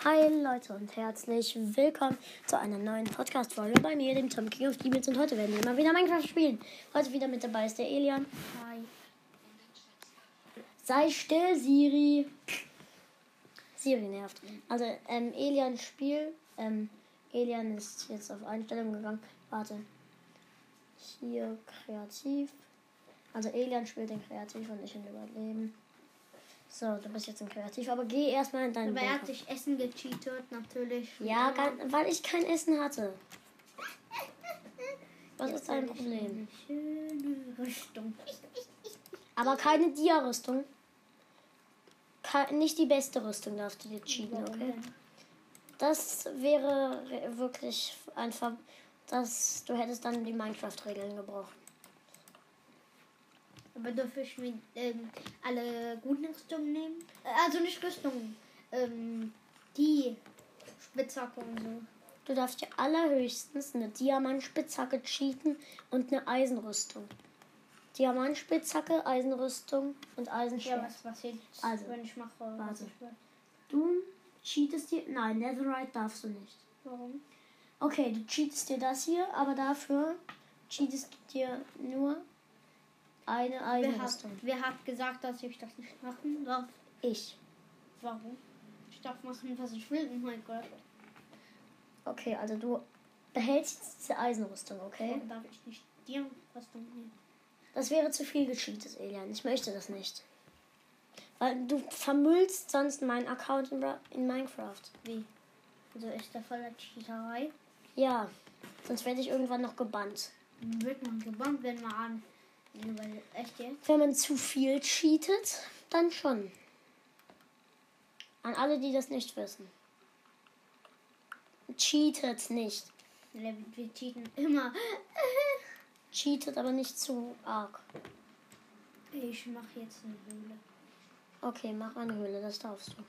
Hi Leute und herzlich willkommen zu einer neuen Podcast-Folge bei mir, dem Tom King of Demons. Und heute werden wir mal wieder Minecraft spielen. Heute wieder mit dabei ist der Elian. Hi. Sei still, Siri. Siri nervt. Also, Elian Spiel. Elian ist jetzt auf Einstellungen gegangen. Warte. Hier kreativ. Also, Elian spielt den Kreativ und ich in Überleben. So, du bist jetzt ein Kreativ, aber geh erstmal in deinen Aber er Bunker. hat sich Essen gecheatet, natürlich. Ja, weil ich kein Essen hatte. Was ist dein Problem? Schöne Rüstung. Aber keine Dia-Rüstung. Nicht die beste Rüstung darfst du dir cheaten, Warum okay? denn? Das wäre wirklich einfach, du hättest dann die Minecraft-Regeln gebrochen. Aber dafür ich mir alle guten Rüstungen nehmen. Also nicht Rüstungen. Die Spitzhacke und so. Du darfst dir allerhöchstens eine Diamantspitzhacke cheaten und eine Eisenrüstung. Diamantspitzhacke, Eisenrüstung und Eisenschwert. Ja, was jetzt, Also, wenn ich mache. warte. Du cheatest dir... Nein, Netherite darfst du nicht. Warum? Okay, du cheatest dir das hier, aber dafür cheatest du dir nur eine Eisenrüstung. Wer hat gesagt, dass ich das nicht machen darf? Ich. Warum? Ich darf machen, was ich will. Oh mein Gott. Okay, also du behältst jetzt diese Eisenrüstung, okay? Warum darf ich nicht dir Rüstung nehmen? Das wäre zu viel gecheatet, Elian. Ich möchte das nicht. Weil du vermüllst sonst meinen Account in Minecraft. Wie? Also ist der voller Cheaterei? Ja, sonst werde ich irgendwann noch gebannt. Wird man gebannt, wenn man an. Weil, echt jetzt? Wenn man zu viel cheatet, dann schon. An alle, die das nicht wissen. Cheatet nicht. Wir cheaten immer. Cheatet, aber nicht zu arg. Ich mache jetzt eine Höhle. Okay, mach eine Höhle, das darfst du.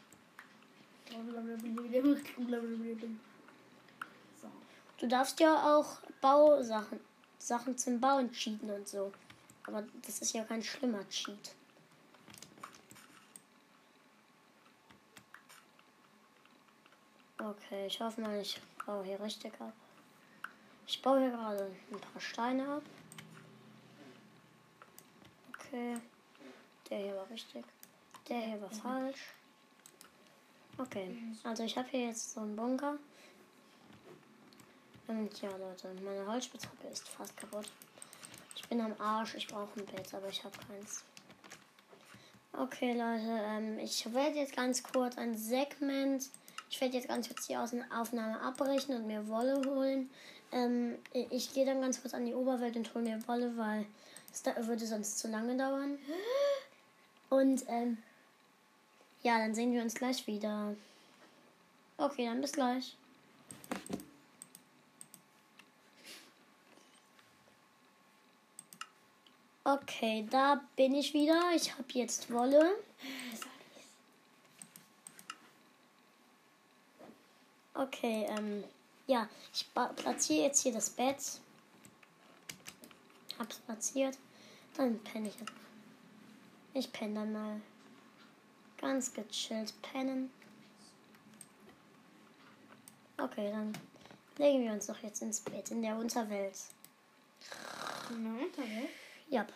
So. Du darfst ja auch Sachen zum Bauen cheaten und so. Aber das ist ja kein schlimmer Cheat. Okay, ich hoffe mal, ich baue hier richtig ab. Ich baue hier gerade ein paar Steine ab. Okay. Der hier war richtig. Der hier war falsch. Okay, also ich habe hier jetzt so einen Bunker. Und ja, Leute, meine Holzspitzhacke ist fast kaputt. Ich bin am Arsch, ich brauche ein Bett, aber ich habe keins. Okay, Leute, ich werde jetzt ganz kurz ein Segment. Ich werde jetzt ganz kurz die Aufnahme abbrechen und mir Wolle holen. Ich gehe dann ganz kurz an die Oberwelt und hole mir Wolle, weil es würde sonst zu lange dauern. Und ja, dann sehen wir uns gleich wieder. Okay, dann bis gleich. Okay, da bin ich wieder. Ich habe jetzt Wolle. Okay, ja, ich platziere jetzt hier das Bett. Hab's platziert. Dann penne ich. Ich penne dann mal. Ganz gechillt pennen. Okay, dann legen wir uns doch jetzt ins Bett in der Unterwelt. In der Unterwelt? Ja.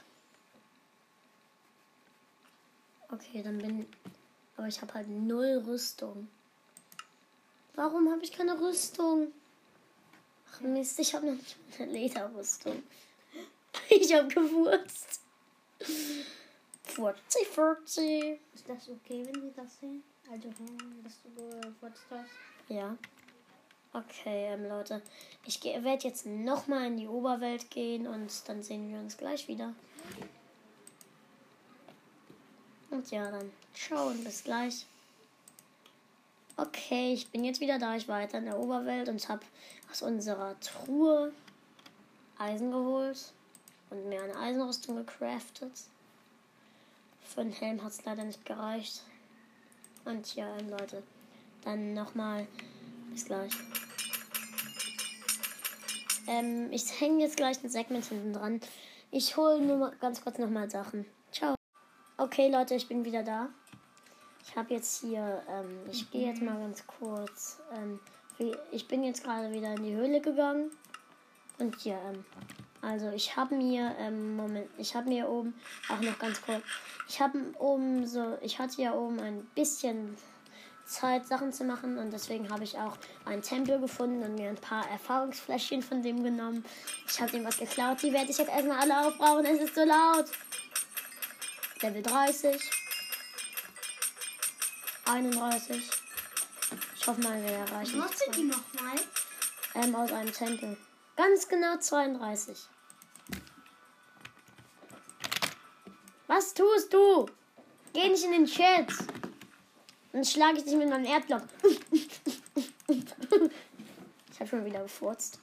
Okay, aber ich habe halt 0 Rüstung. Warum habe ich keine Rüstung? Ach Mist, ich habe noch nicht mal eine Lederrüstung. Ich habe gewurzt. 40. Ist das okay, wenn Sie das sehen? Also, dass du gewurzt hast? Ja. Okay, Leute. Ich werde jetzt nochmal in die Oberwelt gehen und dann sehen wir uns gleich wieder. Und ja, dann ciao und bis gleich. Okay, ich bin jetzt wieder da. Ich war weiter in der Oberwelt und habe aus unserer Truhe Eisen geholt und mir eine Eisenrüstung gecraftet. Für den Helm hat es leider nicht gereicht. Und ja, Leute, dann nochmal bis gleich. Ich hänge jetzt gleich ein Segment hinten dran. Ich hole nur mal ganz kurz nochmal Sachen. Ciao. Okay, Leute, ich bin wieder da. Ich habe jetzt hier, ich gehe jetzt mal ganz kurz. Ich bin jetzt gerade wieder in die Höhle gegangen. Und hier, also ich habe mir, ich habe mir oben auch noch ganz kurz, ich hatte ja oben ein bisschen Zeit, Sachen zu machen und deswegen habe ich auch einen Tempel gefunden und mir ein paar Erfahrungsfläschchen von dem genommen. Ich habe dem was geklaut, die werde ich jetzt erstmal alle aufbrauchen, es ist so laut. Level 30. 31. Ich hoffe mal, wir erreichen. Was sind die nochmal? Aus einem Tempel. Ganz genau 32. Was tust du? Geh nicht in den Chat. Dann schlage ich dich mit meinem Erdblock. Ich habe schon wieder gefurzt.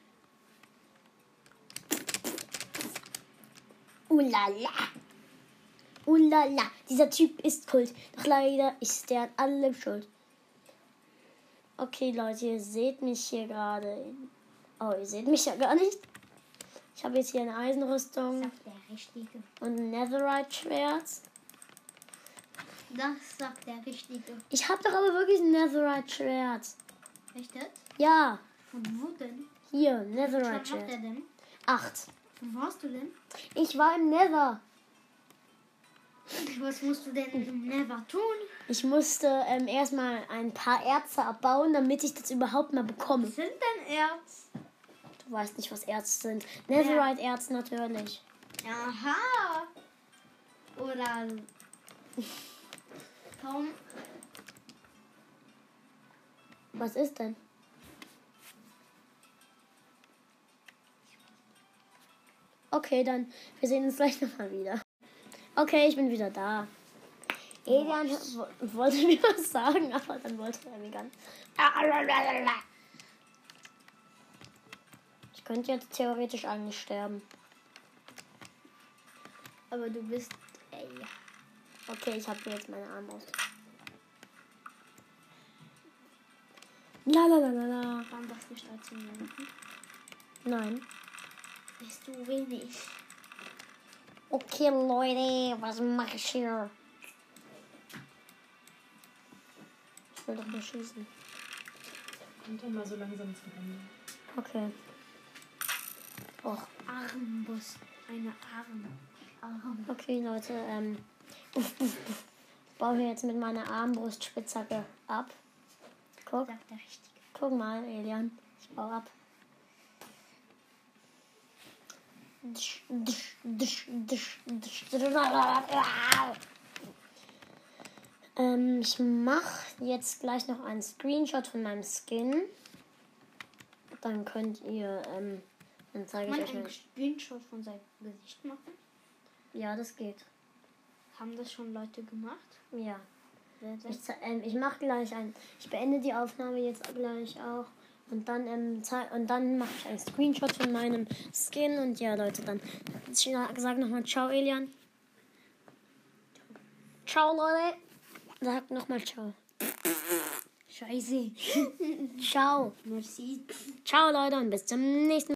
Ulala. Ulala. Dieser Typ ist Kult. Doch leider ist der an allem schuld. Okay, Leute, ihr seht mich hier gerade. Oh, ihr seht mich ja gar nicht. Ich habe jetzt hier eine Eisenrüstung. Sagt der Richtige. Und ein Netherite-Schwert. Das sagt der Richtige. Ich habe doch aber wirklich ein Netherite-Schwert. Echt jetzt? Ja, Von wo denn? hier, Was hat Netherite-Schwert. der denn? 8. Wo warst du denn? Ich war im Nether. Was musst du denn im Never tun? Ich musste erstmal ein paar Erze abbauen, damit ich das überhaupt mal bekomme. Was sind denn Erz? Du weißt nicht, was Erze sind. Netherite-Erz natürlich. Aha. Oder... Kaum. Was ist denn? Okay, dann wir sehen uns gleich nochmal wieder. Okay, ich bin wieder da. Elian wollte mir was sagen, aber dann wollte er mir ganz... Ich könnte jetzt theoretisch eigentlich sterben. Aber du bist... Ey. Okay, ich habe jetzt meine Arme aus. La la la la la. Warum das nicht als Minuten? Nein. Bist du wenig? Okay, Leute, was mache ich hier? Ich will doch nur schießen. Kommt dann mal so langsam zum Ende. Okay. Och. Armbrust. Eine Arm. Okay, Leute, ich baue hier jetzt mit meiner Armbrustspitzhacke ab. Guck. Sagt der Richtige. Guck mal, Elian. Ich baue ab. Ich mache jetzt gleich noch einen Screenshot von meinem Skin. Dann könnt ihr, dann zeige Kann ich man euch einen mal. Screenshot von seinem Gesicht machen? Ja, das geht. Haben das schon Leute gemacht? Ja. Wer denn? Ich mache gleich ich beende die Aufnahme jetzt gleich auch. Und dann, dann mache ich einen Screenshot von meinem Skin. Und ja, Leute, dann sag nochmal ciao, Elian. Ciao, Leute. Sag nochmal ciao. Scheiße. Ciao. Merci. Ciao, Leute, und bis zum nächsten Mal.